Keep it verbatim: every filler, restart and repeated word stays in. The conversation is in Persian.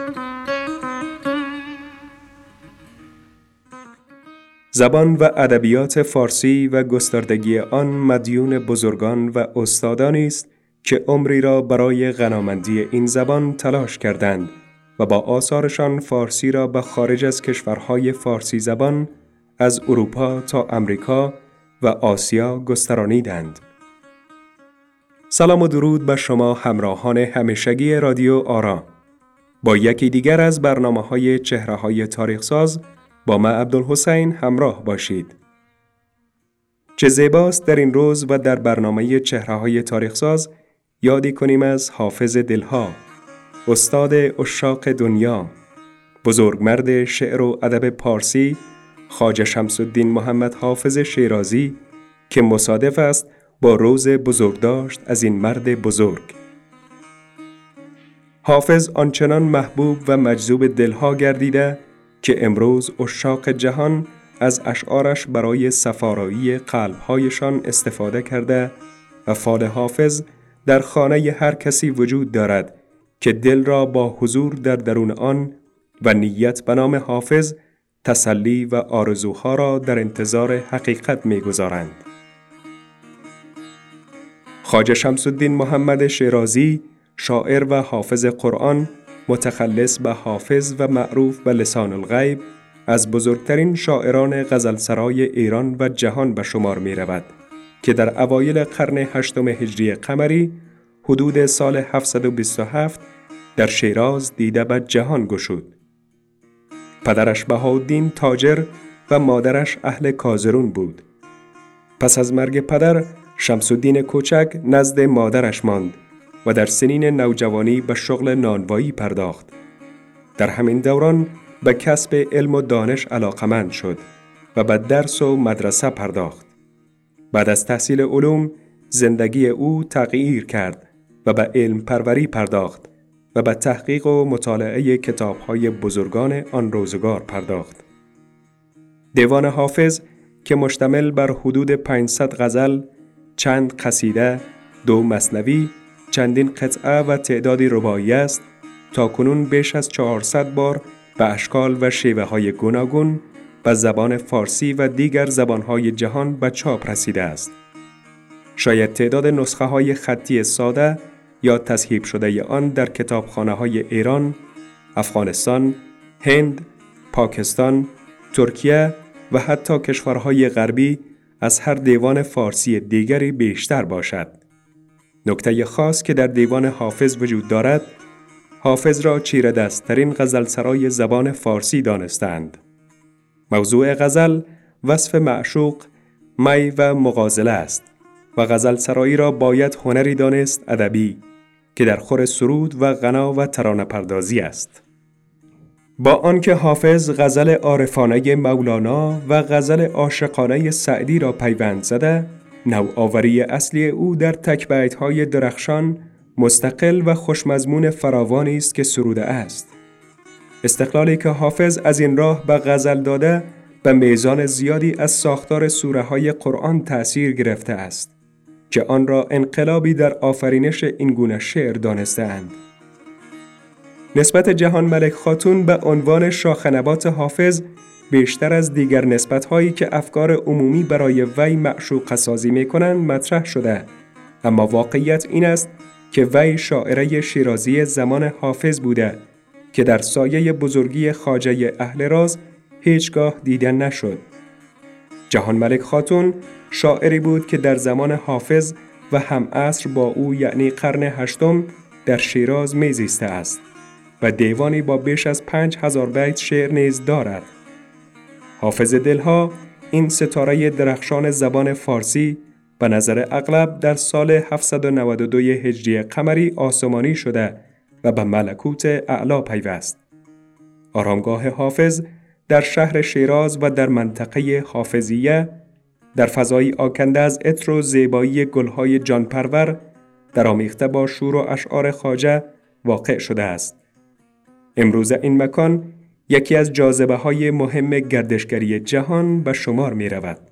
زبان و ادبیات فارسی و گستردگی آن مدیون بزرگان و استادانی است که عمری را برای غنامندی این زبان تلاش کردند و با آثارشان فارسی را به خارج از کشورهای فارسی زبان از اروپا تا امریکا و آسیا گسترانیدند. سلام و درود به شما همراهان همیشگی رادیو آرا. با یکی دیگر از برنامه‌های چهره‌های تاریخ‌ساز با من عبدالحسین همراه باشید. چه زیباست در این روز و در برنامه چهره‌های تاریخ‌ساز یادی کنیم از حافظ دلها، استاد عشاق دنیا، بزرگمرد شعر و ادب پارسی، خواجه شمس الدین محمد حافظ شیرازی که مصادف است با روز بزرگداشت از این مرد بزرگ. حافظ آنچنان محبوب و مجذوب دلها گردیده که امروز عشاق جهان از اشعارش برای صفارایی قلب‌هایشان استفاده کرده و فال حافظ در خانه هر کسی وجود دارد که دل را با حضور در درون آن و نیت به نام حافظ تسلی و آرزوها را در انتظار حقیقت می‌گذارند. خواجه شمس الدین محمد شیرازی، شاعر و حافظ قرآن، متخلص به حافظ و معروف به لسان الغیب، از بزرگترین شاعران غزلسرای ایران و جهان به شمار می رود که در اوایل قرن هشتم هجری قمری حدود سال هفتصد و بیست و هفت در شیراز دیده به جهان گشود. پدرش بهاءالدین تاجر و مادرش اهل کازرون بود. پس از مرگ پدر، شمس الدین کوچک نزد مادرش ماند و در سنین نوجوانی به شغل نانوایی پرداخت. در همین دوران به کسب علم و دانش علاقمند شد و به درس و مدرسه پرداخت. بعد از تحصیل علوم زندگی او تغییر کرد و به علم پروری پرداخت و به تحقیق و مطالعه کتاب‌های بزرگان آن روزگار پرداخت. دیوان حافظ که مشتمل بر حدود پانصد غزل، چند قصیده، دو مثنوی، چندین قطعه و تعدادی رباعی است، تا کنون بیش از چهارصد بار به اشکال و شیوه‌های گوناگون به زبان فارسی و دیگر زبان‌های جهان به چاپ رسیده است. شاید تعداد نسخه‌های خطی ساده یا تصحیح شده آن در کتابخانه‌های ایران، افغانستان، هند، پاکستان، ترکیه و حتی کشورهای غربی از هر دیوان فارسی دیگری بیشتر باشد. نکته خاص که در دیوان حافظ وجود دارد، حافظ را چیره دست‌ترین غزلسرای زبان فارسی دانستند. موضوع غزل وصف معشوق، می و مغازله است و غزلسرایی را باید هنری دانست ادبی که در خور سرود و غنا و ترانه پردازی است. با آنکه حافظ غزل عارفانه مولانا و غزل عاشقانه سعدی را پیوند زده، نوآوری اصلی او در تک بیت‌های درخشان، مستقل و خوشمضمون فراوانی است که سروده است. استقلالی که حافظ از این راه به غزل داده، به میزان زیادی از ساختار سوره‌های قرآن تأثیر گرفته است که آن را انقلابی در آفرینش این گونه شعر دانسته‌اند. نسبت جهان ملک خاتون به عنوان شاخنبات حافظ بیشتر از دیگر نسبت‌هایی که افکار عمومی برای وی معشوقه سازی می‌کنند مطرح شده، اما واقعیت این است که وی شاعره شیرازی زمان حافظ بوده که در سایه بزرگی خواجه اهل راز هیچگاه دیده نشد. جهان ملک خاتون شاعری بود که در زمان حافظ و هم عصر با او یعنی قرن هشتم در شیراز میزیسته است و دیوانی با بیش از پنج هزار بیت شعر نیز دارد. حافظ دلها، این ستاره درخشان زبان فارسی، به نظر اغلب در سال هفتصد و نود و دو هجری قمری آسمانی شده و به ملکوت اعلی پیوست. آرامگاه حافظ در شهر شیراز و در منطقه حافظیه، در فضایی آکنده از عطر و زیبایی گلهای جانپرور، در آمیخته با شور و اشعار خواجه واقع شده است. امروز این مکان یکی از جاذبه‌های مهم گردشگری جهان به شمار می رود.